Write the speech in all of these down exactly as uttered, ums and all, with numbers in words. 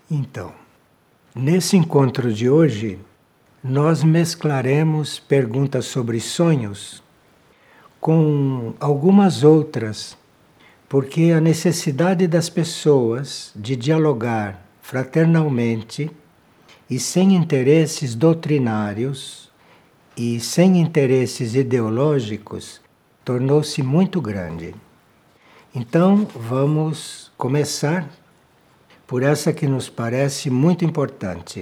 Então, nesse encontro de hoje, nós mesclaremos perguntas sobre sonhos com algumas outras, porque a necessidade das pessoas de dialogar fraternalmente e sem interesses doutrinários e sem interesses ideológicos tornou-se muito grande. Então, vamos começar por essa que nos parece muito importante.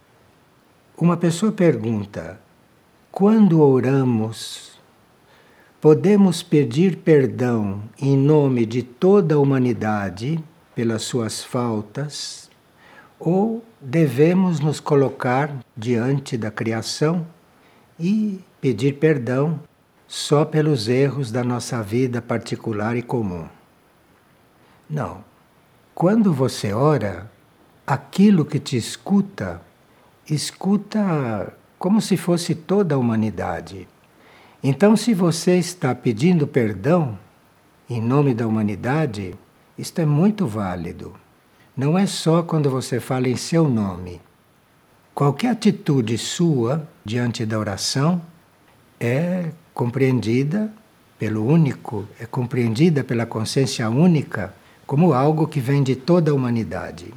Uma pessoa pergunta: quando oramos, podemos pedir perdão em nome de toda a humanidade pelas suas faltas, ou devemos nos colocar diante da criação e pedir perdão só pelos erros da nossa vida particular e comum? Não. Quando você ora, aquilo que te escuta, escuta como se fosse toda a humanidade. Então, se você está pedindo perdão em nome da humanidade, isto é muito válido. Não é só quando você fala em seu nome. Qualquer atitude sua diante da oração é compreendida pelo único, é compreendida pela consciência única como algo que vem de toda a humanidade.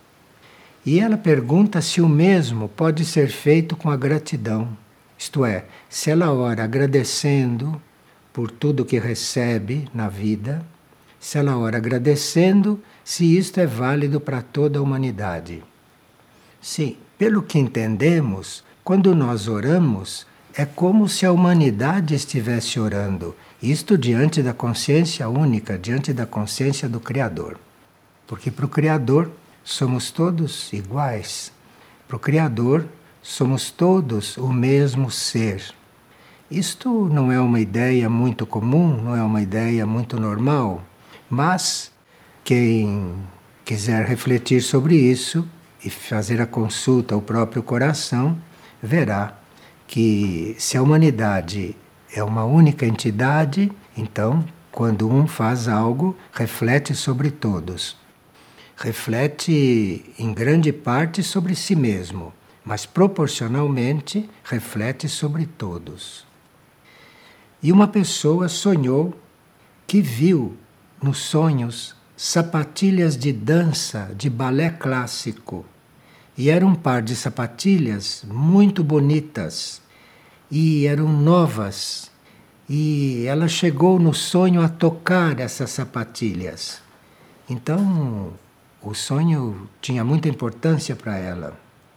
E ela pergunta se o mesmo pode ser feito com a gratidão. Isto é, se ela ora agradecendo por tudo que recebe na vida, se ela ora agradecendo, se isto é válido para toda a humanidade. Sim, pelo que entendemos, quando nós oramos, é como se a humanidade estivesse orando. Isto diante da consciência única, diante da consciência do Criador. Porque para o Criador somos todos iguais. Para o Criador somos todos o mesmo ser. Isto não é uma ideia muito comum, não é uma ideia muito normal, mas quem quiser refletir sobre isso e fazer a consulta ao próprio coração, verá que se a humanidade é uma única entidade, então, quando um faz algo, reflete sobre todos. Reflete em grande parte sobre si mesmo, mas proporcionalmente reflete sobre todos. E uma pessoa sonhou que viu nos sonhos sapatilhas de dança de balé clássico. E era um par de sapatilhas muito bonitas. E eram novas, e ela chegou no sonho a tocar essas sapatilhas. Então, o sonho tinha muita importância para ela.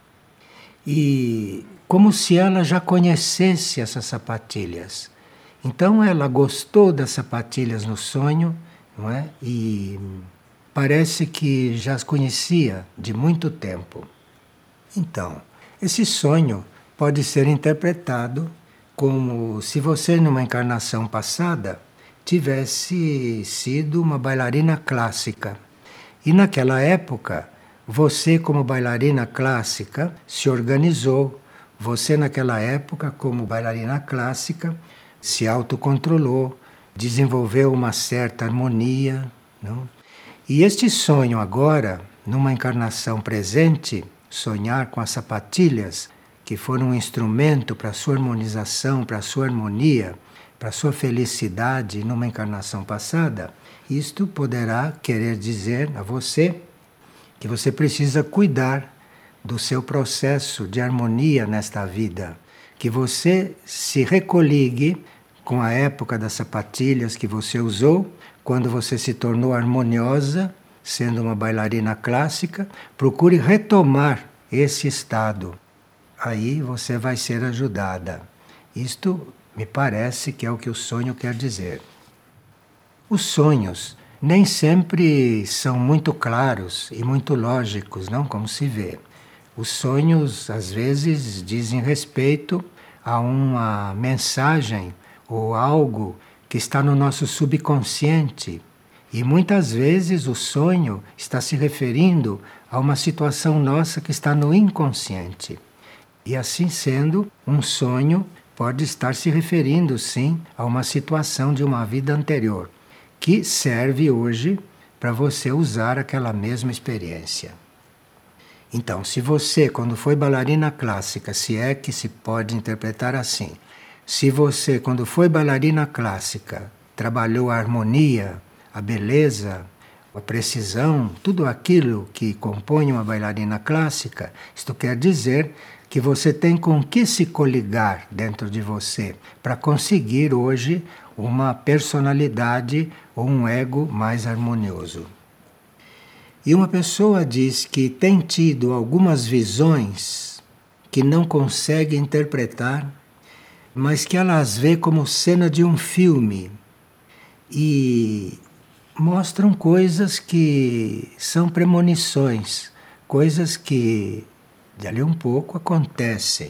E como se ela já conhecesse essas sapatilhas. Então, ela gostou das sapatilhas no sonho, não é? E parece que já as conhecia de muito tempo. Então, esse sonho pode ser interpretado como se você, numa encarnação passada, tivesse sido uma bailarina clássica. E naquela época, você, como bailarina clássica, se organizou. Você, naquela época, como bailarina clássica, se autocontrolou, desenvolveu uma certa harmonia. Não? E este sonho agora, numa encarnação presente, sonhar com as sapatilhas, que foram um instrumento para a sua harmonização, para a sua harmonia, para a sua felicidade numa encarnação passada, isto poderá querer dizer a você que você precisa cuidar do seu processo de harmonia nesta vida, que você se recoligue com a época das sapatilhas que você usou, quando você se tornou harmoniosa, sendo uma bailarina clássica, procure retomar esse estado. Aí você vai ser ajudada. Isto me parece que é o que o sonho quer dizer. Os sonhos nem sempre são muito claros e muito lógicos, não como se vê. Os sonhos, às vezes, dizem respeito a uma mensagem ou algo que está no nosso subconsciente. E muitas vezes o sonho está se referindo a uma situação nossa que está no inconsciente. E assim sendo, um sonho pode estar se referindo, sim, a uma situação de uma vida anterior, que serve hoje para você usar aquela mesma experiência. Então, se você, quando foi bailarina clássica, se é que se pode interpretar assim, se você, quando foi bailarina clássica, trabalhou a harmonia, a beleza, a precisão, tudo aquilo que compõe uma bailarina clássica, isto quer dizer que você tem com que se coligar dentro de você para conseguir hoje uma personalidade ou um ego mais harmonioso. E uma pessoa diz que tem tido algumas visões que não consegue interpretar, mas que ela as vê como cena de um filme e mostram coisas que são premonições, coisas que dali um pouco acontecem.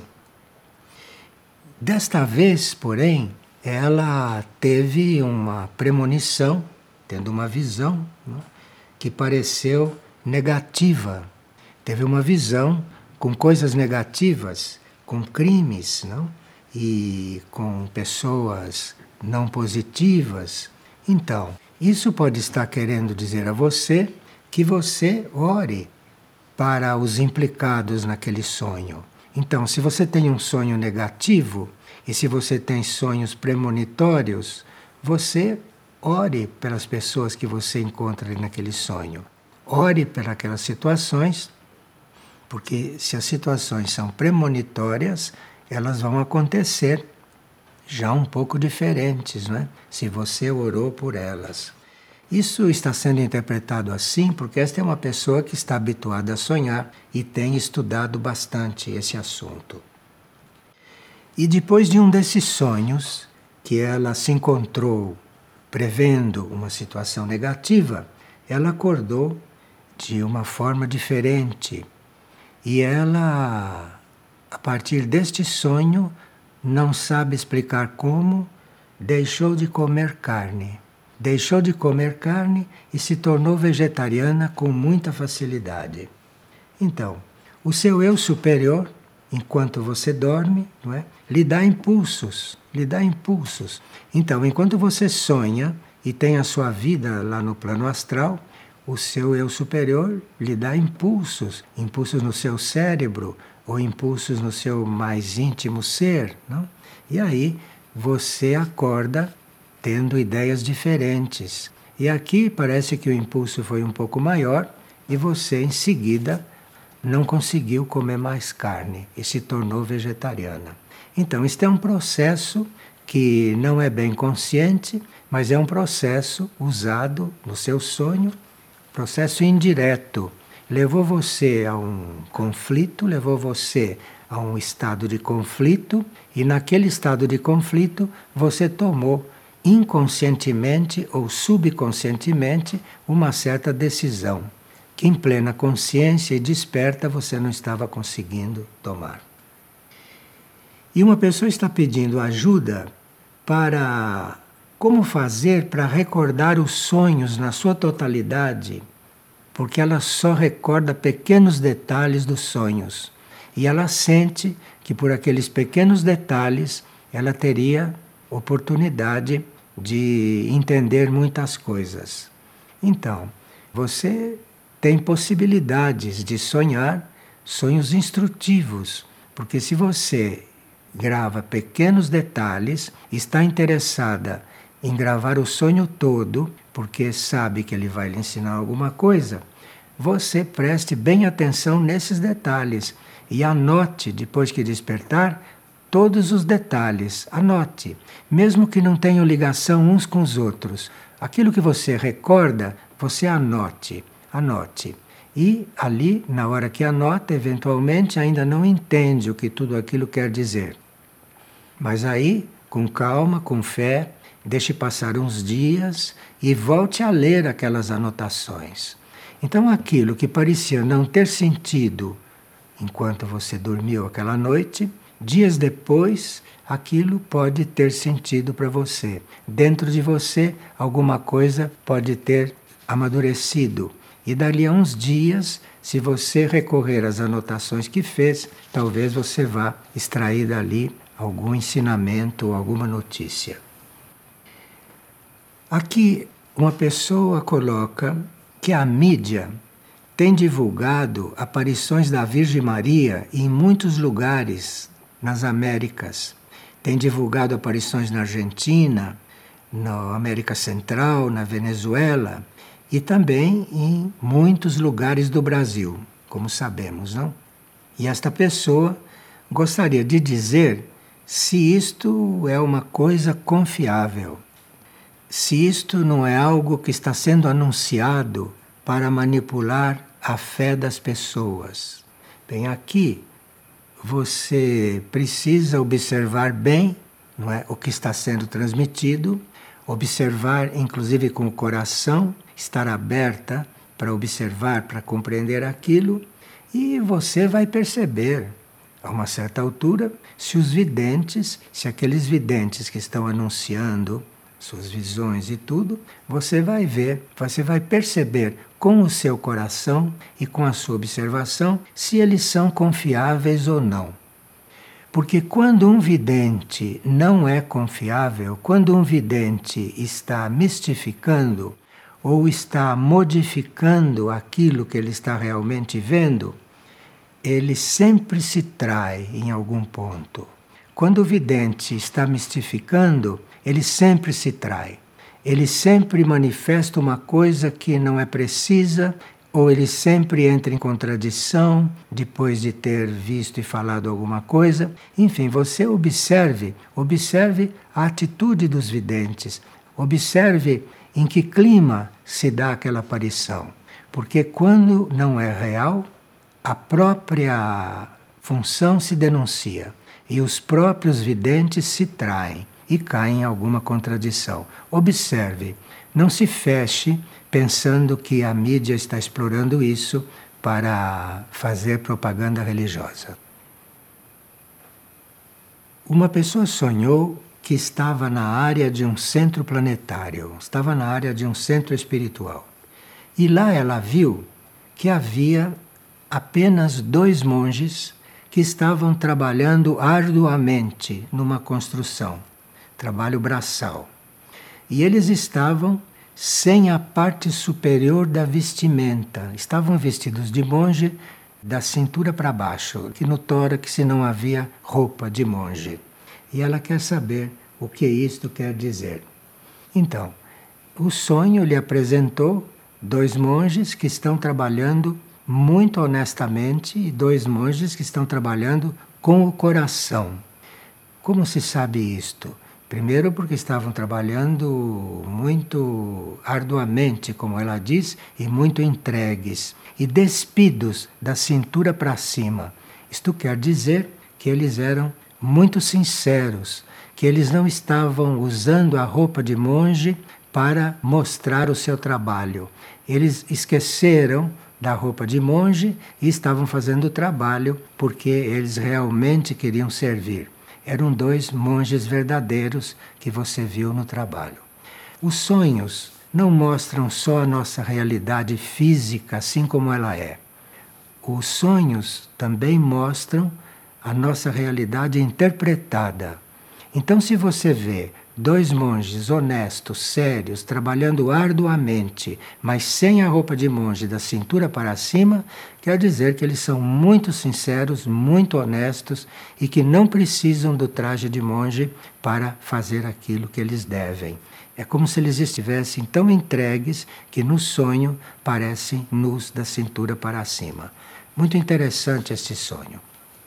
Desta vez, porém, ela teve uma premonição, tendo uma visão, né, que pareceu negativa. Teve uma visão com coisas negativas, com crimes, não? E com pessoas não positivas. Então, isso pode estar querendo dizer a você que você ore para os implicados naquele sonho. Então, se você tem um sonho negativo e se você tem sonhos premonitórios, você ore pelas pessoas que você encontra naquele sonho. Ore pelas situações, porque se as situações são premonitórias, elas vão acontecer já um pouco diferentes, não é? Se você orou por elas. Isso está sendo interpretado assim porque esta é uma pessoa que está habituada a sonhar e tem estudado bastante esse assunto. E depois de um desses sonhos, que ela se encontrou prevendo uma situação negativa, ela acordou de uma forma diferente. E ela, a partir deste sonho, não sabe explicar como, deixou de comer carne. Deixou de comer carne e se tornou vegetariana com muita facilidade. Então, o seu eu superior, enquanto você dorme, não é, lhe dá impulsos, lhe dá impulsos. Então, enquanto você sonha e tem a sua vida lá no plano astral, o seu eu superior lhe dá impulsos, impulsos no seu cérebro ou impulsos no seu mais íntimo ser, não? E aí você acorda tendo ideias diferentes. E aqui parece que o impulso foi um pouco maior e você em seguida não conseguiu comer mais carne e se tornou vegetariana. Então, este é um processo que não é bem consciente, mas é um processo usado no seu sonho, processo indireto. Levou você a um conflito, levou você a um estado de conflito, e naquele estado de conflito você tomou inconscientemente ou subconscientemente uma certa decisão que em plena consciência e desperta você não estava conseguindo tomar. E uma pessoa está pedindo ajuda para como fazer para recordar os sonhos na sua totalidade, porque ela só recorda pequenos detalhes dos sonhos. E ela sente que por aqueles pequenos detalhes ela teria oportunidade de entender muitas coisas. Então, você tem possibilidades de sonhar sonhos instrutivos, porque se você grava pequenos detalhes, está interessada em gravar o sonho todo, porque sabe que ele vai lhe ensinar alguma coisa, você preste bem atenção nesses detalhes e anote, depois que despertar, todos os detalhes. Anote, mesmo que não tenham ligação uns com os outros. Aquilo que você recorda, você anote. Anote. E ali, na hora que anota, eventualmente ainda não entende o que tudo aquilo quer dizer. Mas aí, com calma, com fé, deixe passar uns dias e volte a ler aquelas anotações. Então aquilo que parecia não ter sentido enquanto você dormiu aquela noite, dias depois aquilo pode ter sentido para você. Dentro de você alguma coisa pode ter amadurecido. E dali a uns dias, se você recorrer às anotações que fez, talvez você vá extrair dali algum ensinamento ou alguma notícia. Aqui uma pessoa coloca que a mídia tem divulgado aparições da Virgem Maria em muitos lugares nas Américas. Tem divulgado aparições na Argentina, na América Central, na Venezuela e também em muitos lugares do Brasil, como sabemos, não? E esta pessoa gostaria de dizer se isto é uma coisa confiável, se isto não é algo que está sendo anunciado para manipular a fé das pessoas. Bem, aqui você precisa observar bem, não é, o que está sendo transmitido, observar inclusive com o coração, estar aberta para observar, para compreender aquilo, e você vai perceber, a uma certa altura, se os videntes, se aqueles videntes que estão anunciando suas visões e tudo, você vai ver, você vai perceber com o seu coração e com a sua observação se eles são confiáveis ou não. Porque quando um vidente não é confiável, quando um vidente está mistificando ou está modificando aquilo que ele está realmente vendo, ele sempre se trai em algum ponto. Quando o vidente está mistificando, ele sempre se trai. Ele sempre manifesta uma coisa que não é precisa, ou ele sempre entra em contradição depois de ter visto e falado alguma coisa. Enfim, você observe, observe a atitude dos videntes, observe em que clima se dá aquela aparição. Porque quando não é real, a própria função se denuncia e os próprios videntes se traem e caem em alguma contradição. Observe, não se feche pensando que a mídia está explorando isso para fazer propaganda religiosa. Uma pessoa sonhou que estava na área de um centro planetário, estava na área de um centro espiritual. E lá ela viu que havia apenas dois monges que estavam trabalhando arduamente numa construção, trabalho braçal. E eles estavam sem a parte superior da vestimenta, estavam vestidos de monge da cintura para baixo, que no tórax não havia roupa de monge. E ela quer saber o que isto quer dizer. Então, o sonho lhe apresentou dois monges que estão trabalhando muito honestamente e dois monges que estão trabalhando com o coração. Como se sabe isto? Primeiro porque estavam trabalhando muito arduamente, como ela diz, e muito entregues, e despidos da cintura para cima. Isto quer dizer que eles eram muito sinceros, que eles não estavam usando a roupa de monge para mostrar o seu trabalho. Eles esqueceram da roupa de monge e estavam fazendo o trabalho porque eles realmente queriam servir. Eram dois monges verdadeiros que você viu no trabalho. Os sonhos não mostram só a nossa realidade física assim como ela é. Os sonhos também mostram a nossa realidade interpretada. Então, se você vê dois monges honestos, sérios, trabalhando arduamente, mas sem a roupa de monge da cintura para cima, quer dizer que eles são muito sinceros, muito honestos e que não precisam do traje de monge para fazer aquilo que eles devem. É como se eles estivessem tão entregues que no sonho parecem nus da cintura para cima. Muito interessante este sonho.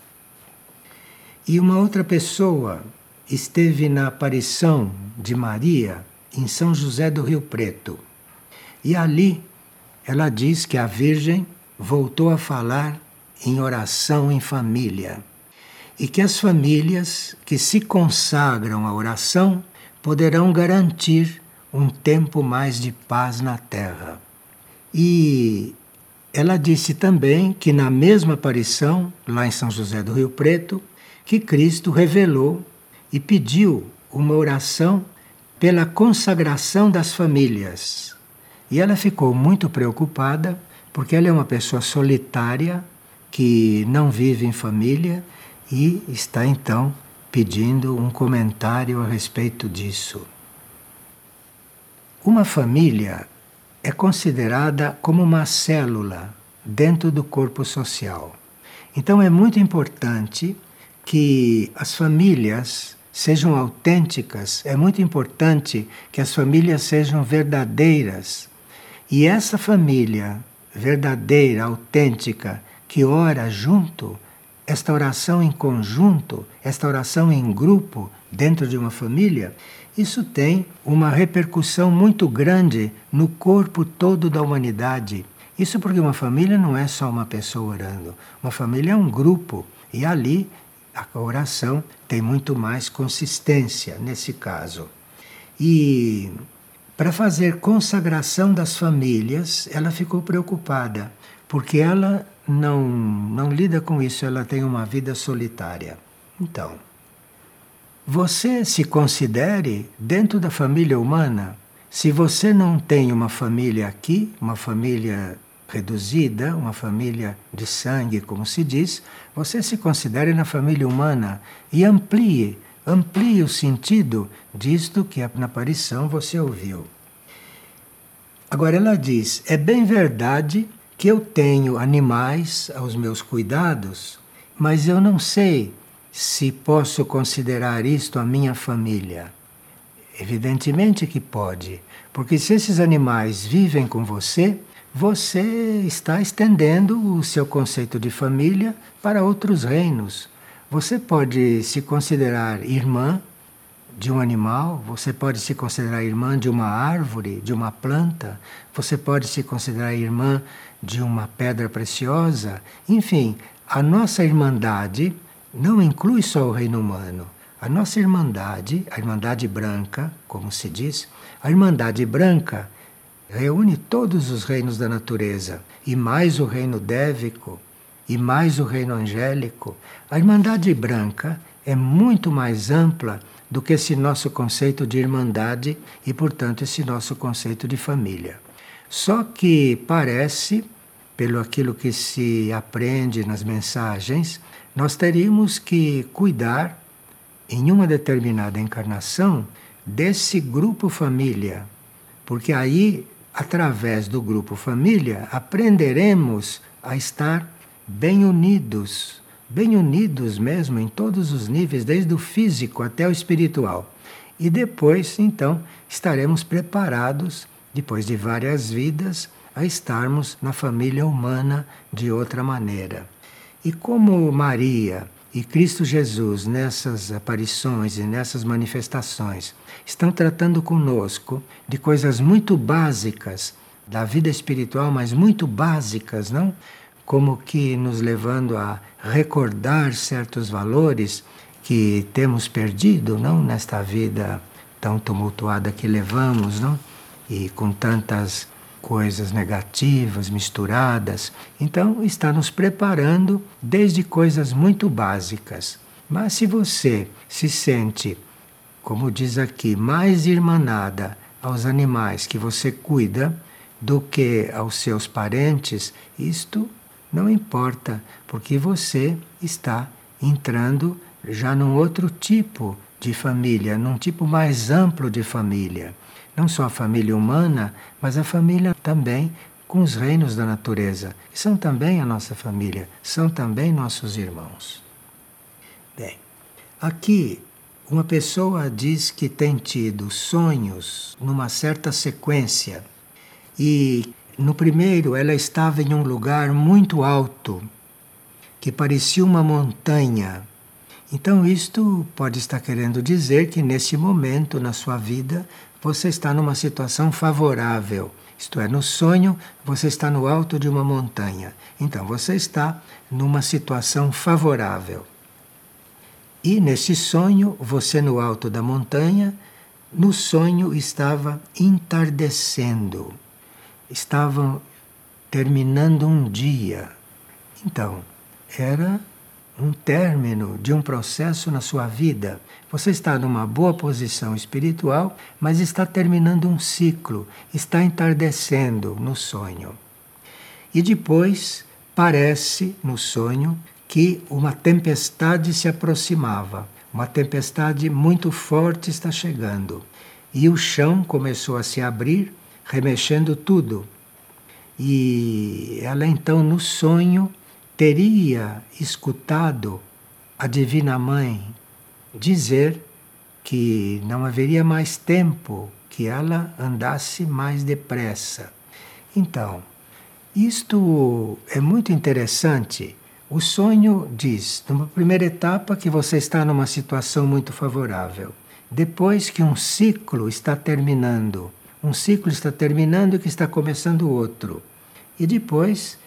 E uma outra pessoa esteve na aparição de Maria em São José do Rio Preto. E ali ela diz que a Virgem voltou a falar em oração em família. E que as famílias que se consagram à oração poderão garantir um tempo mais de paz na Terra. E ela disse também que na mesma aparição, lá em São José do Rio Preto, que Cristo revelou e pediu uma oração pela consagração das famílias. E ela ficou muito preocupada, porque ela é uma pessoa solitária, que não vive em família, e está então pedindo um comentário a respeito disso. Uma família é considerada como uma célula dentro do corpo social. Então é muito importante que as famílias sejam autênticas, é muito importante que as famílias sejam verdadeiras. E essa família verdadeira, autêntica, que ora junto, esta oração em conjunto, esta oração em grupo dentro de uma família, isso tem uma repercussão muito grande no corpo todo da humanidade. Isso porque uma família não é só uma pessoa orando, uma família é um grupo e ali a oração tem muito mais consistência nesse caso. E para fazer consagração das famílias, ela ficou preocupada, porque ela não, não lida com isso, ela tem uma vida solitária. Então, você se considere dentro da família humana. Se você não tem uma família aqui, uma família reduzida, uma família de sangue, como se diz, você se considere na família humana e amplie, amplie o sentido disto que na aparição você ouviu. Agora ela diz, é bem verdade que eu tenho animais aos meus cuidados, mas eu não sei se posso considerar isto a minha família. Evidentemente que pode, porque se esses animais vivem com você, você está estendendo o seu conceito de família para outros reinos. Você pode se considerar irmã de um animal, você pode se considerar irmã de uma árvore, de uma planta, você pode se considerar irmã de uma pedra preciosa. Enfim, a nossa irmandade não inclui só o reino humano. A nossa irmandade, a irmandade branca, como se diz, a irmandade branca reúne todos os reinos da natureza, e mais o reino dévico, e mais o reino angélico. A irmandade branca é muito mais ampla do que esse nosso conceito de irmandade e, portanto, esse nosso conceito de família. Só que parece, pelo aquilo que se aprende nas mensagens, nós teríamos que cuidar, em uma determinada encarnação, desse grupo família, porque aí, através do grupo família, aprenderemos a estar bem unidos, bem unidos mesmo em todos os níveis, desde o físico até o espiritual. E depois, então, estaremos preparados, depois de várias vidas, a estarmos na família humana de outra maneira. E como Maria e Cristo Jesus, nessas aparições e nessas manifestações, estão tratando conosco de coisas muito básicas da vida espiritual, mas muito básicas, não? Como que nos levando a recordar certos valores que temos perdido, não? Nesta vida tão tumultuada que levamos, não? E com tantas coisas negativas, misturadas. Então, está nos preparando desde coisas muito básicas. Mas se você se sente, como diz aqui, mais irmanada aos animais que você cuida do que aos seus parentes, isto não importa, porque você está entrando já num outro tipo de família, num tipo mais amplo de família. Não só a família humana, mas a família também com os reinos da natureza. Que são também a nossa família, são também nossos irmãos. Bem, aqui uma pessoa diz que tem tido sonhos numa certa sequência. E no primeiro ela estava em um lugar muito alto, que parecia uma montanha. Então isto pode estar querendo dizer que nesse momento na sua vida você está numa situação favorável. Isto é, no sonho você está no alto de uma montanha. Então você está numa situação favorável. E nesse sonho, você no alto da montanha, no sonho estava entardecendo. Estavam terminando um dia. Então, era um término de um processo na sua vida. Você está numa boa posição espiritual, mas está terminando um ciclo, está entardecendo no sonho. E depois parece, no sonho, que uma tempestade se aproximava. Uma tempestade muito forte está chegando. E o chão começou a se abrir, remexendo tudo. e ela então no sonho teria escutado a Divina Mãe dizer que não haveria mais tempo, que ela andasse mais depressa. Então, isto é muito interessante. O sonho diz, numa primeira etapa, que você está numa situação muito favorável. Depois que um ciclo está terminando, um ciclo está terminando e que está começando outro. E depois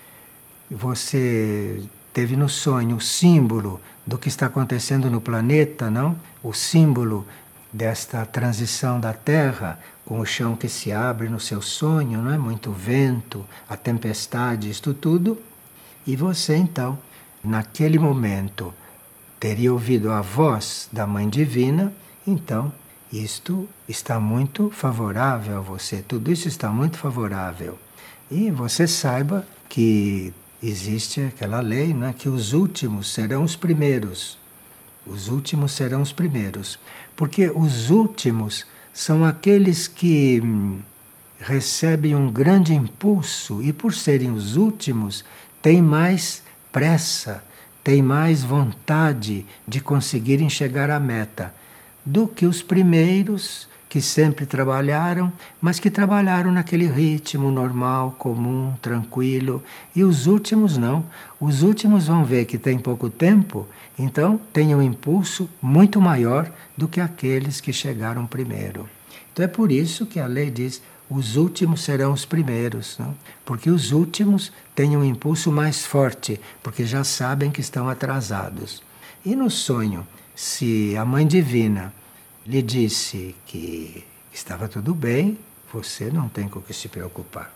você teve no sonho o símbolo do que está acontecendo no planeta, não? O símbolo desta transição da Terra, com o chão que se abre no seu sonho, não é? Muito vento, a tempestade, isto tudo. E você então, naquele momento, teria ouvido a voz da Mãe Divina, então isto está muito favorável a você, tudo isso está muito favorável. E você saiba que existe aquela lei, né, que os últimos serão os primeiros. Os últimos serão os primeiros. Porque os últimos são aqueles que hum, recebem um grande impulso e, por serem os últimos, têm mais pressa, têm mais vontade de conseguirem chegar à meta do que os primeiros, que sempre trabalharam, mas que trabalharam naquele ritmo normal, comum, tranquilo. E os últimos não. Os últimos vão ver que tem pouco tempo, então tem um impulso muito maior do que aqueles que chegaram primeiro. Então é por isso que a lei diz: os últimos serão os primeiros, não? Porque os últimos têm um impulso mais forte, porque já sabem que estão atrasados. E no sonho, se a Mãe Divina lhe disse que estava tudo bem, você não tem com o que se preocupar.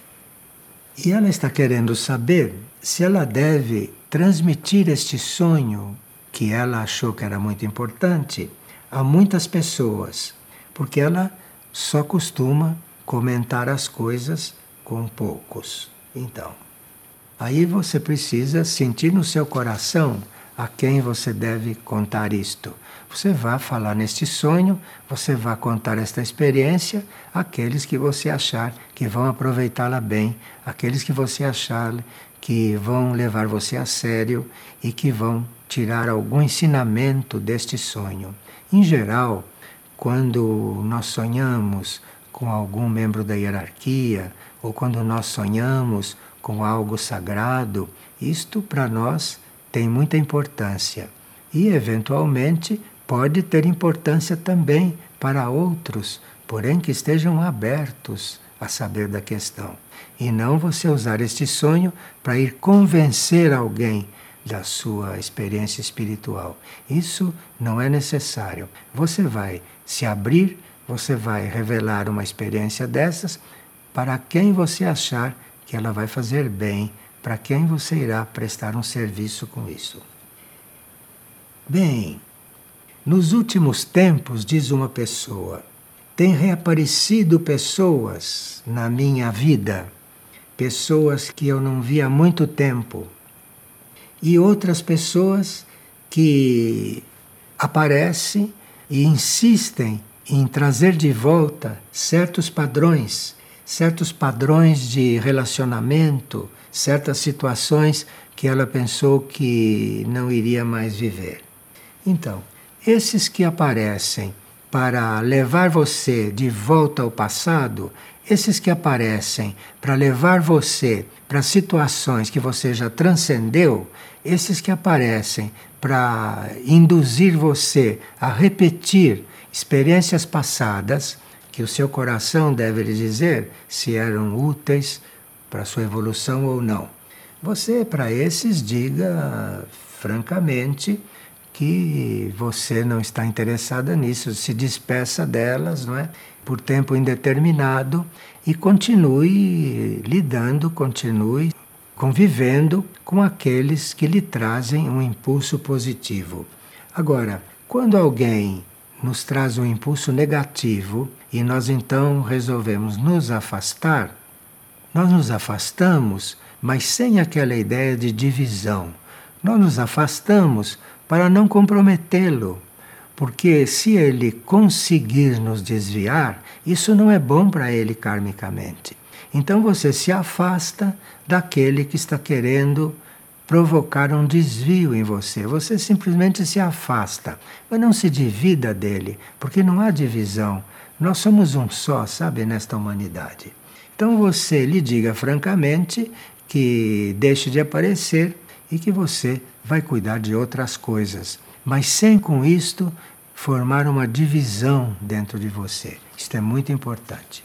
E ela está querendo saber se ela deve transmitir este sonho, que ela achou que era muito importante, a muitas pessoas, porque ela só costuma comentar as coisas com poucos. Então, aí você precisa sentir no seu coração a quem você deve contar isto. Você vai falar neste sonho, você vai contar esta experiência àqueles que você achar que vão aproveitá-la bem, àqueles que você achar que vão levar você a sério e que vão tirar algum ensinamento deste sonho. Em geral, quando nós sonhamos com algum membro da hierarquia ou quando nós sonhamos com algo sagrado, isto para nós tem muita importância e, eventualmente, pode ter importância também para outros, porém que estejam abertos a saber da questão. E não você usar este sonho para ir convencer alguém da sua experiência espiritual. Isso não é necessário. Você vai se abrir, você vai revelar uma experiência dessas para quem você achar que ela vai fazer bem, para quem você irá prestar um serviço com isso. Bem, nos últimos tempos, diz uma pessoa, tem reaparecido pessoas na minha vida, pessoas que eu não vi há muito tempo, e outras pessoas que aparecem e insistem em trazer de volta certos padrões, certos padrões de relacionamento, certas situações que ela pensou que não iria mais viver. Então, esses que aparecem para levar você de volta ao passado, esses que aparecem para levar você para situações que você já transcendeu, esses que aparecem para induzir você a repetir experiências passadas, que o seu coração deve lhe dizer se eram úteis para a sua evolução ou não. Você, para esses, diga francamente que você não está interessada nisso, se despeça delas, não é? Por tempo indeterminado e continue lidando, continue convivendo com aqueles que lhe trazem um impulso positivo. Agora, quando alguém nos traz um impulso negativo e nós então resolvemos nos afastar, nós nos afastamos, mas sem aquela ideia de divisão. Nós nos afastamos para não comprometê-lo, porque se ele conseguir nos desviar, isso não é bom para ele karmicamente. Então você se afasta daquele que está querendo provocar um desvio em você. Você simplesmente se afasta, mas não se divida dele, porque não há divisão. Nós somos um só, sabe, nesta humanidade. Então você lhe diga francamente que deixe de aparecer e que você vai cuidar de outras coisas, mas sem com isto formar uma divisão dentro de você. Isto é muito importante.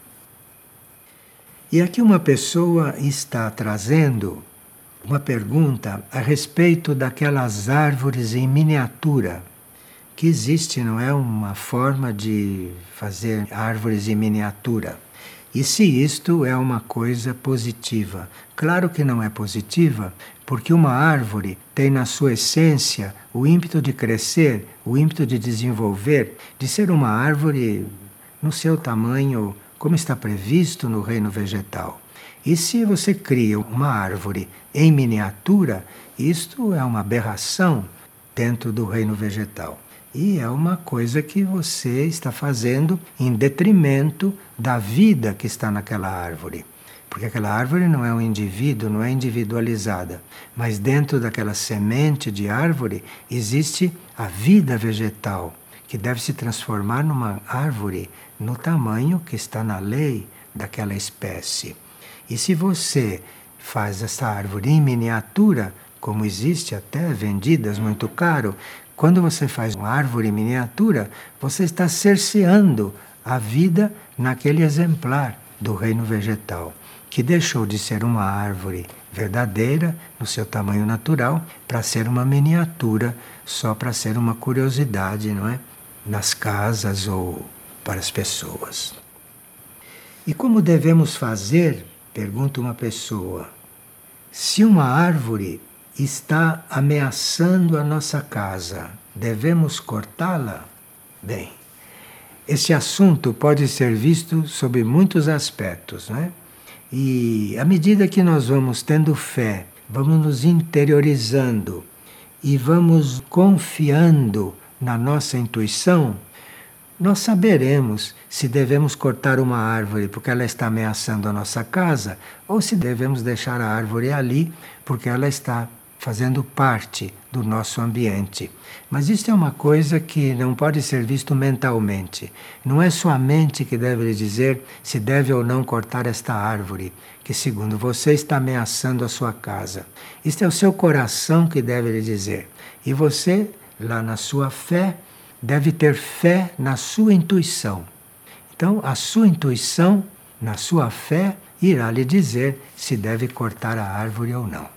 E aqui uma pessoa está trazendo uma pergunta a respeito daquelas árvores em miniatura, que existe, não é, uma forma de fazer árvores em miniatura. E se isto é uma coisa positiva? Claro que não é positiva, porque uma árvore tem na sua essência o ímpeto de crescer, o ímpeto de desenvolver, de ser uma árvore no seu tamanho, como está previsto no reino vegetal. E se você cria uma árvore em miniatura, isto é uma aberração dentro do reino vegetal. E é uma coisa que você está fazendo em detrimento da vida que está naquela árvore. Porque aquela árvore não é um indivíduo, não é individualizada. Mas dentro daquela semente de árvore existe a vida vegetal, que deve se transformar numa árvore no tamanho que está na lei daquela espécie. E se você faz essa árvore em miniatura, como existe até vendidas muito caro, quando você faz uma árvore em miniatura, você está cerceando a vida naquele exemplar do reino vegetal, que deixou de ser uma árvore verdadeira, no seu tamanho natural, para ser uma miniatura, só para ser uma curiosidade, não é? Nas casas ou para as pessoas. E como devemos fazer? Pergunta uma pessoa. Se uma árvore está ameaçando a nossa casa, devemos cortá-la? Bem, esse assunto pode ser visto sob muitos aspectos, não é? E à medida que nós vamos tendo fé, vamos nos interiorizando e vamos confiando na nossa intuição, nós saberemos se devemos cortar uma árvore porque ela está ameaçando a nossa casa ou se devemos deixar a árvore ali porque ela está fazendo parte do nosso ambiente. Mas isso é uma coisa que não pode ser visto mentalmente. Não é sua mente que deve lhe dizer se deve ou não cortar esta árvore, que segundo você está ameaçando a sua casa. Isto é o seu coração que deve lhe dizer. E você, lá na sua fé, deve ter fé na sua intuição. Então, a sua intuição, na sua fé, irá lhe dizer se deve cortar a árvore ou não.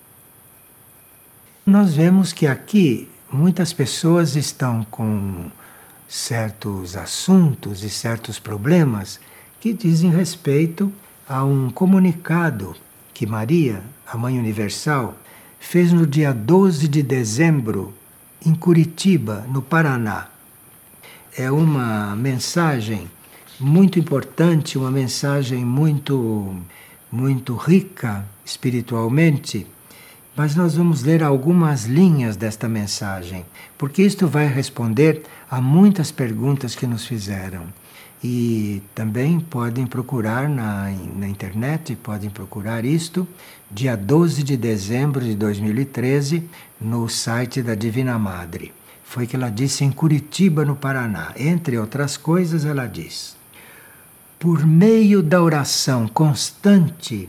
Nós vemos que aqui muitas pessoas estão com certos assuntos e certos problemas que dizem respeito a um comunicado que Maria, a Mãe Universal, fez no dia doze de dezembro em Curitiba, no Paraná. É uma mensagem muito importante, uma mensagem muito, muito rica espiritualmente, mas nós vamos ler algumas linhas desta mensagem, porque isto vai responder a muitas perguntas que nos fizeram. E também podem procurar na, na internet, podem procurar isto, dia doze de dezembro de dois mil e treze, no site da Divina Madre. Foi que ela disse em Curitiba, no Paraná. Entre outras coisas, ela diz: por meio da oração constante,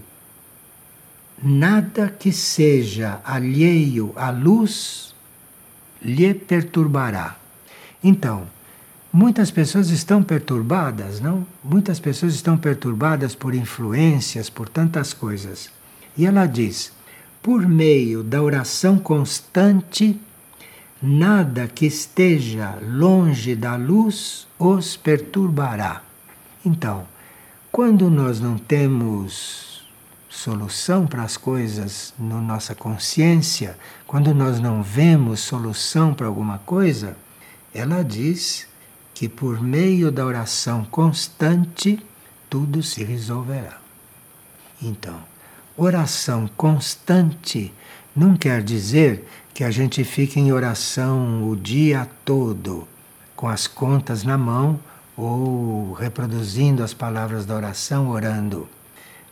nada que seja alheio à luz lhe perturbará. Então, muitas pessoas estão perturbadas, não? Muitas pessoas estão perturbadas por influências, por tantas coisas. E ela diz: por meio da oração constante, nada que esteja longe da luz os perturbará. Então, quando nós não temos solução para as coisas na nossa consciência, quando nós não vemos solução para alguma coisa, ela diz que por meio da oração constante tudo se resolverá. Então, oração constante não quer dizer que a gente fique em oração o dia todo, com as contas na mão ou reproduzindo as palavras da oração, orando.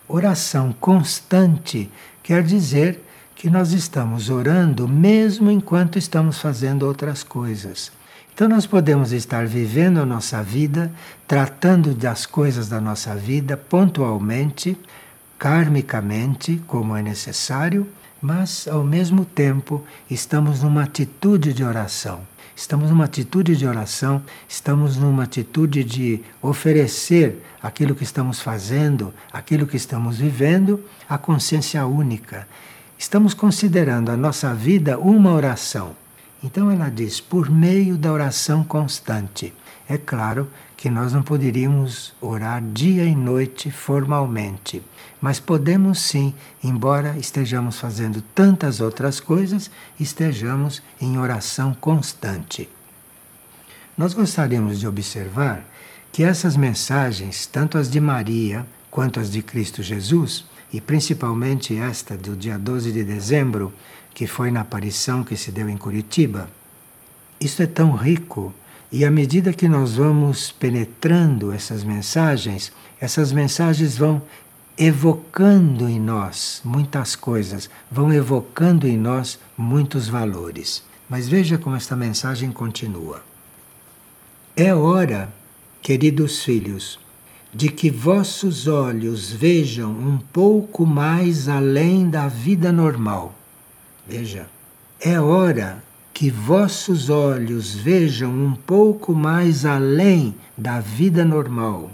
Oração constante quer dizer que nós estamos orando mesmo enquanto estamos fazendo outras coisas. Então nós podemos estar vivendo a nossa vida, tratando das coisas da nossa vida pontualmente, karmicamente, como é necessário, mas ao mesmo tempo estamos numa atitude de oração. Estamos numa atitude de oração, estamos numa atitude de oferecer aquilo que estamos fazendo, aquilo que estamos vivendo, à consciência única. Estamos considerando a nossa vida uma oração. Então ela diz, por meio da oração constante. É claro que nós não poderíamos orar dia e noite formalmente, mas podemos sim, embora estejamos fazendo tantas outras coisas, estejamos em oração constante. Nós gostaríamos de observar que essas mensagens, tanto as de Maria quanto as de Cristo Jesus, e principalmente esta do dia doze de dezembro, que foi na aparição que se deu em Curitiba, isso é tão rico. E à medida que nós vamos penetrando essas mensagens, essas mensagens vão evocando em nós muitas coisas, vão evocando em nós muitos valores. Mas veja como esta mensagem continua. É hora, queridos filhos, de que vossos olhos vejam um pouco mais além da vida normal. Veja, é hora que vossos olhos vejam um pouco mais além da vida normal.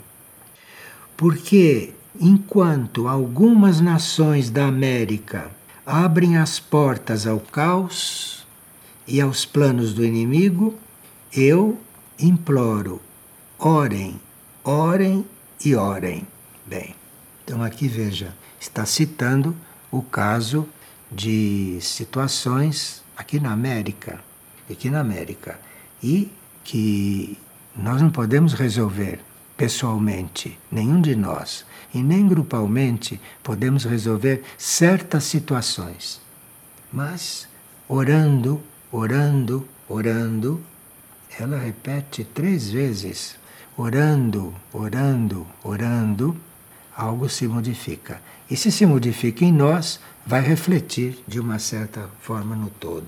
Porque, enquanto algumas nações da América abrem as portas ao caos e aos planos do inimigo, eu imploro, orem, orem e orem. Bem, então aqui veja, está citando o caso de situações aqui na América, aqui na América, e que nós não podemos resolver pessoalmente, nenhum de nós, e nem grupalmente podemos resolver certas situações. Mas orando, orando, orando, ela repete três vezes, orando, orando, orando, algo se modifica. E se se modifica em nós, vai refletir de uma certa forma no todo.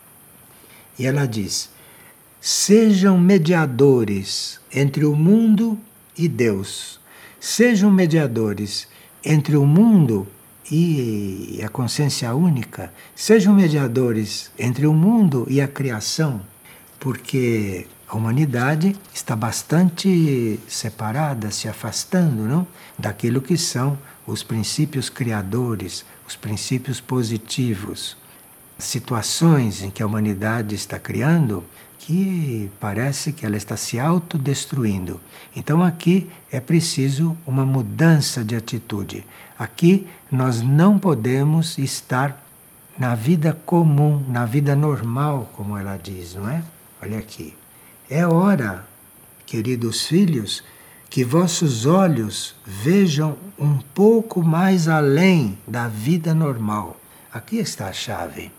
E ela diz, sejam mediadores entre o mundo e Deus. Sejam mediadores entre o mundo e a consciência única. Sejam mediadores entre o mundo e a criação, porque a humanidade está bastante separada, se afastando, não, daquilo que são os princípios criadores, os princípios positivos, situações em que a humanidade está criando que parece que ela está se autodestruindo. Então aqui é preciso uma mudança de atitude. Aqui nós não podemos estar na vida comum, na vida normal, como ela diz, não é? Olha aqui. É hora, queridos filhos, que vossos olhos vejam um pouco mais além da vida normal. Aqui está a chave.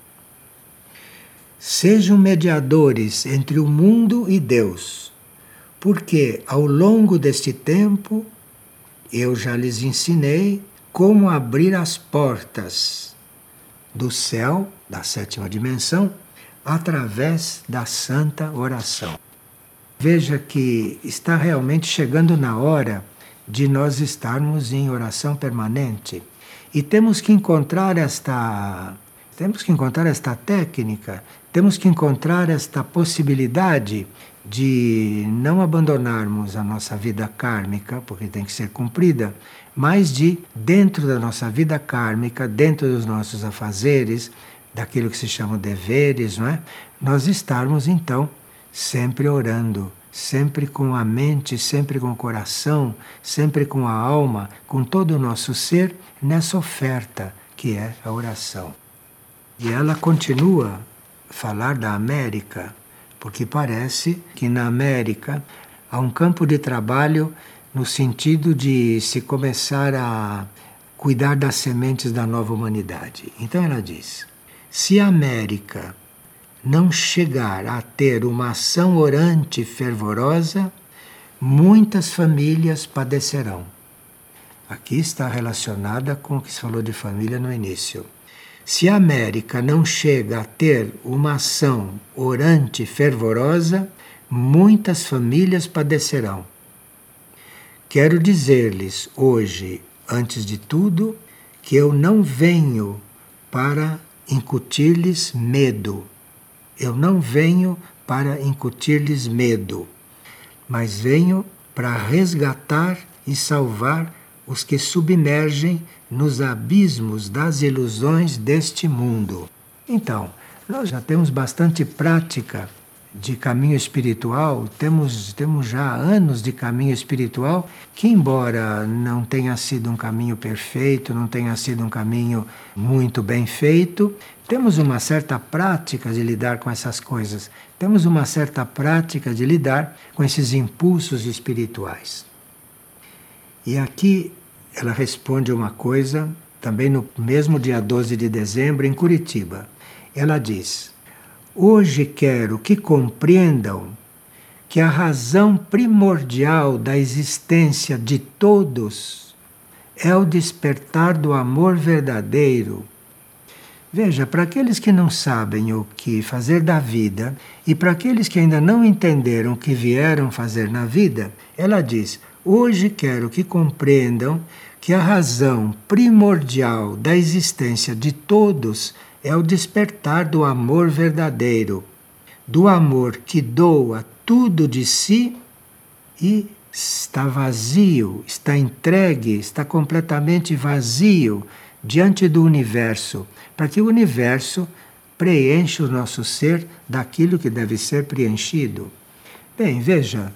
Sejam mediadores entre o mundo e Deus, porque ao longo deste tempo eu já lhes ensinei como abrir as portas do céu, da sétima dimensão, através da santa oração. Veja que está realmente chegando na hora de nós estarmos em oração permanente. E temos que encontrar esta, temos que encontrar esta técnica, temos que encontrar esta possibilidade de não abandonarmos a nossa vida kármica, porque tem que ser cumprida, mas de, dentro da nossa vida kármica, dentro dos nossos afazeres, daquilo que se chama deveres, não é? Nós estarmos então sempre orando, sempre com a mente, sempre com o coração, sempre com a alma, com todo o nosso ser, nessa oferta que é a oração. E ela continua a falar da América, porque parece que na América há um campo de trabalho no sentido de se começar a cuidar das sementes da nova humanidade. Então ela diz, se a América não chegar a ter uma ação orante fervorosa, muitas famílias padecerão. aqui está relacionada com o que se falou de família no início. Se a América não chega a ter uma ação orante fervorosa, muitas famílias padecerão. Quero dizer-lhes hoje, antes de tudo, que eu não venho para incutir-lhes medo. Eu não venho para incutir-lhes medo, mas venho para resgatar e salvar os que submergem nos abismos das ilusões deste mundo. Então, nós já temos bastante prática de caminho espiritual, temos, temos já anos de caminho espiritual, que embora não tenha sido um caminho perfeito, não tenha sido um caminho muito bem feito, temos uma certa prática de lidar com essas coisas, temos uma certa prática de lidar com esses impulsos espirituais. E aqui ela responde uma coisa, também no mesmo dia doze de dezembro, em Curitiba. Ela diz: hoje quero que compreendam que a razão primordial da existência de todos é o despertar do amor verdadeiro. Veja, para aqueles que não sabem o que fazer da vida e para aqueles que ainda não entenderam o que vieram fazer na vida, ela diz: hoje quero que compreendam que a razão primordial da existência de todos é o despertar do amor verdadeiro, do amor que doa tudo de si e está vazio, está entregue, está completamente vazio diante do universo, para que o universo preencha o nosso ser daquilo que deve ser preenchido. Bem, veja,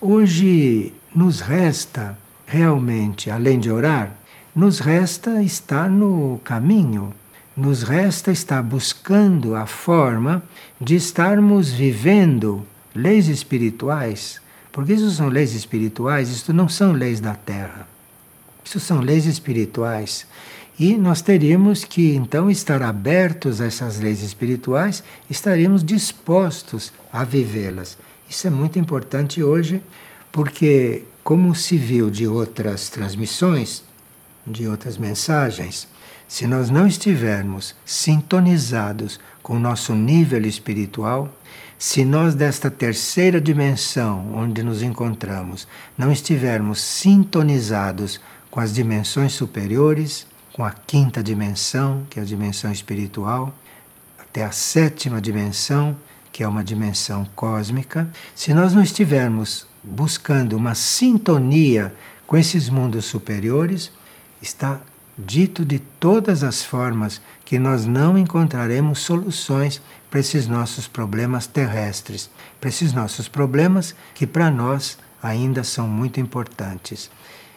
hoje nos resta realmente, além de orar, nos resta estar no caminho, nos resta estar buscando a forma de estarmos vivendo leis espirituais, porque isso são leis espirituais, isto não são leis da Terra. Isso são leis espirituais. E nós teríamos que, então, estar abertos a essas leis espirituais, estaríamos dispostos a vivê-las. Isso é muito importante hoje, porque, como se viu de outras transmissões, de outras mensagens, se nós não estivermos sintonizados com o nosso nível espiritual, se nós desta terceira dimensão onde nos encontramos não estivermos sintonizados com as dimensões superiores, com a quinta dimensão, que é a dimensão espiritual, até a sétima dimensão, que é uma dimensão cósmica, se nós não estivermos buscando uma sintonia com esses mundos superiores, está dito de todas as formas que nós não encontraremos soluções para esses nossos problemas terrestres, para esses nossos problemas que para nós ainda são muito importantes.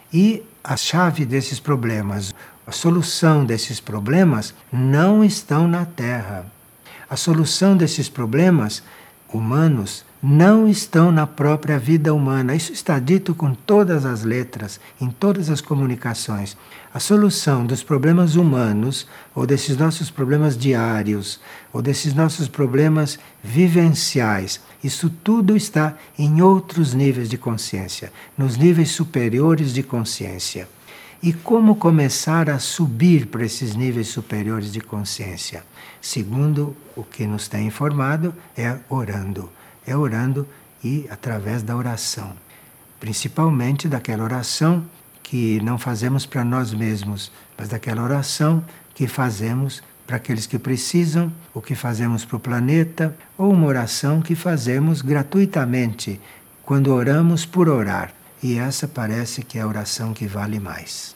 E a chave desses problemas, a solução desses problemas não estão na Terra. A solução desses problemas humanos não estão na própria vida humana. Isso está dito com todas as letras, em todas as comunicações. A solução dos problemas humanos, ou desses nossos problemas diários, ou desses nossos problemas vivenciais, isso tudo está em outros níveis de consciência, nos níveis superiores de consciência. E como começar a subir para esses níveis superiores de consciência? Segundo o que nos tem informado, é orando. É orando e através da oração. Principalmente daquela oração que não fazemos para nós mesmos, mas daquela oração que fazemos para aqueles que precisam, ou que fazemos para o planeta, ou uma oração que fazemos gratuitamente, quando oramos por orar. E essa parece que é a oração que vale mais.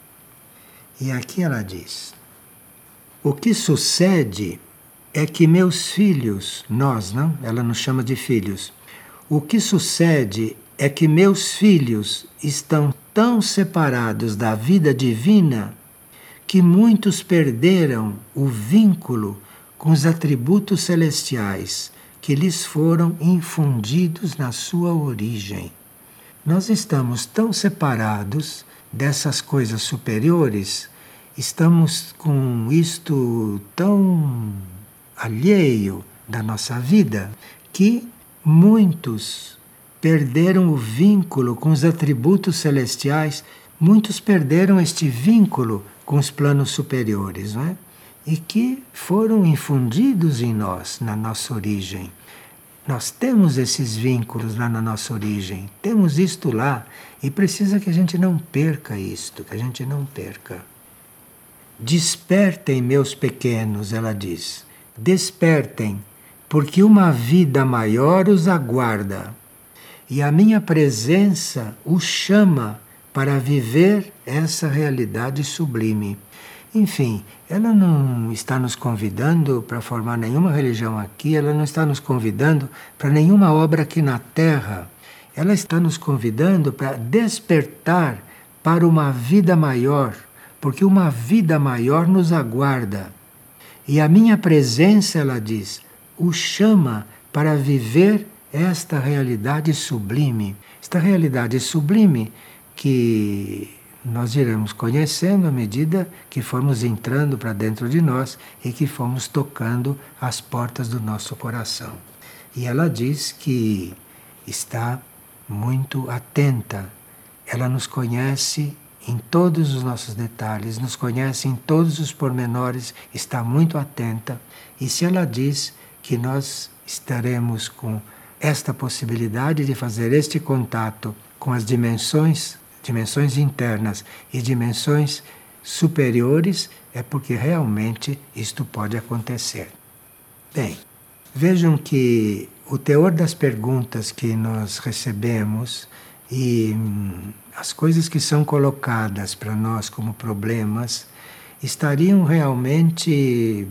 E aqui ela diz: o que sucede é que meus filhos, nós, não? Ela nos chama de filhos. O que sucede é que meus filhos estão tão separados da vida divina que muitos perderam o vínculo com os atributos celestiais que lhes foram infundidos na sua origem. Nós estamos tão separados dessas coisas superiores, estamos com isto tão alheio da nossa vida, que muitos perderam o vínculo com os atributos celestiais, muitos perderam este vínculo com os planos superiores, não é? E que foram infundidos em nós, na nossa origem. Nós temos esses vínculos lá na nossa origem, temos isto lá, e precisa que a gente não perca isto, que a gente não perca. Despertem, meus pequenos, ela diz, despertem, porque uma vida maior os aguarda, e a minha presença os chama para viver essa realidade sublime. Enfim, ela não está nos convidando para formar nenhuma religião aqui, ela não está nos convidando para nenhuma obra aqui na Terra. Ela está nos convidando para despertar para uma vida maior, porque uma vida maior nos aguarda. E a minha presença, ela diz, o chama para viver esta realidade sublime. Esta realidade sublime que nós iremos conhecendo à medida que formos entrando para dentro de nós e que formos tocando as portas do nosso coração. E ela diz que está muito atenta. Ela nos conhece em todos os nossos detalhes, nos conhece em todos os pormenores, está muito atenta. E se ela diz que nós estaremos com esta possibilidade de fazer este contato com as dimensões, dimensões internas e dimensões superiores, é porque realmente isto pode acontecer. Bem, vejam que o teor das perguntas que nós recebemos e hum, as coisas que são colocadas para nós como problemas estariam realmente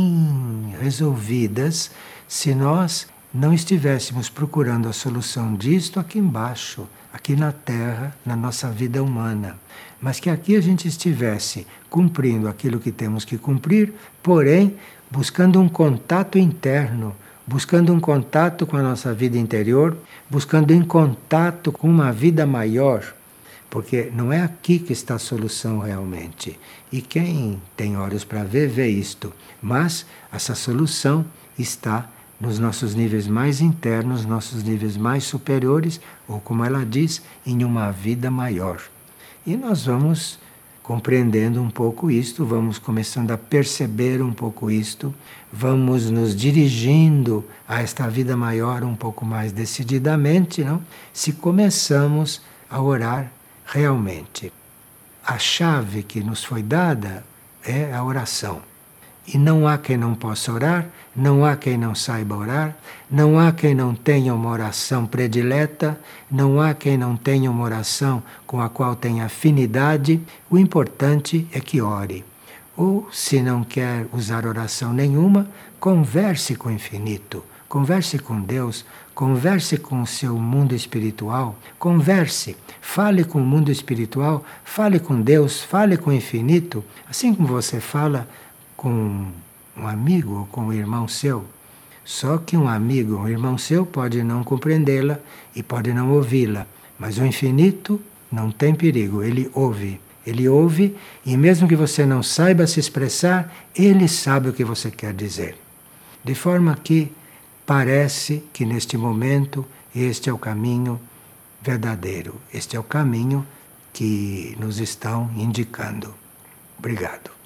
bem resolvidas se nós não estivéssemos procurando a solução disto aqui embaixo, aqui na Terra, na nossa vida humana. Mas que aqui a gente estivesse cumprindo aquilo que temos que cumprir, porém buscando um contato interno, buscando um contato com a nossa vida interior, buscando em contato com uma vida maior, porque não é aqui que está a solução realmente. E quem tem olhos para ver, vê isto. Mas essa solução está nos nossos níveis mais internos, nossos níveis mais superiores, ou como ela diz, em uma vida maior. E nós vamos compreendendo um pouco isto, vamos começando a perceber um pouco isto, vamos nos dirigindo a esta vida maior um pouco mais decididamente, não? Se começamos a orar realmente. A chave que nos foi dada é a oração. E não há quem não possa orar, não há quem não saiba orar, não há quem não tenha uma oração predileta, não há quem não tenha uma oração com a qual tenha afinidade. O importante é que ore. Ou, se não quer usar oração nenhuma, converse com o infinito, converse com Deus, converse com o seu mundo espiritual, converse, fale com o mundo espiritual, fale com Deus, fale com o infinito, assim como você fala com um amigo ou com um irmão seu. Só que um amigo, um irmão seu pode não compreendê-la e pode não ouvi-la, mas o infinito não tem perigo, ele ouve. Ele ouve e mesmo que você não saiba se expressar, ele sabe o que você quer dizer. De forma que parece que neste momento este é o caminho verdadeiro, este é o caminho que nos estão indicando. Obrigado.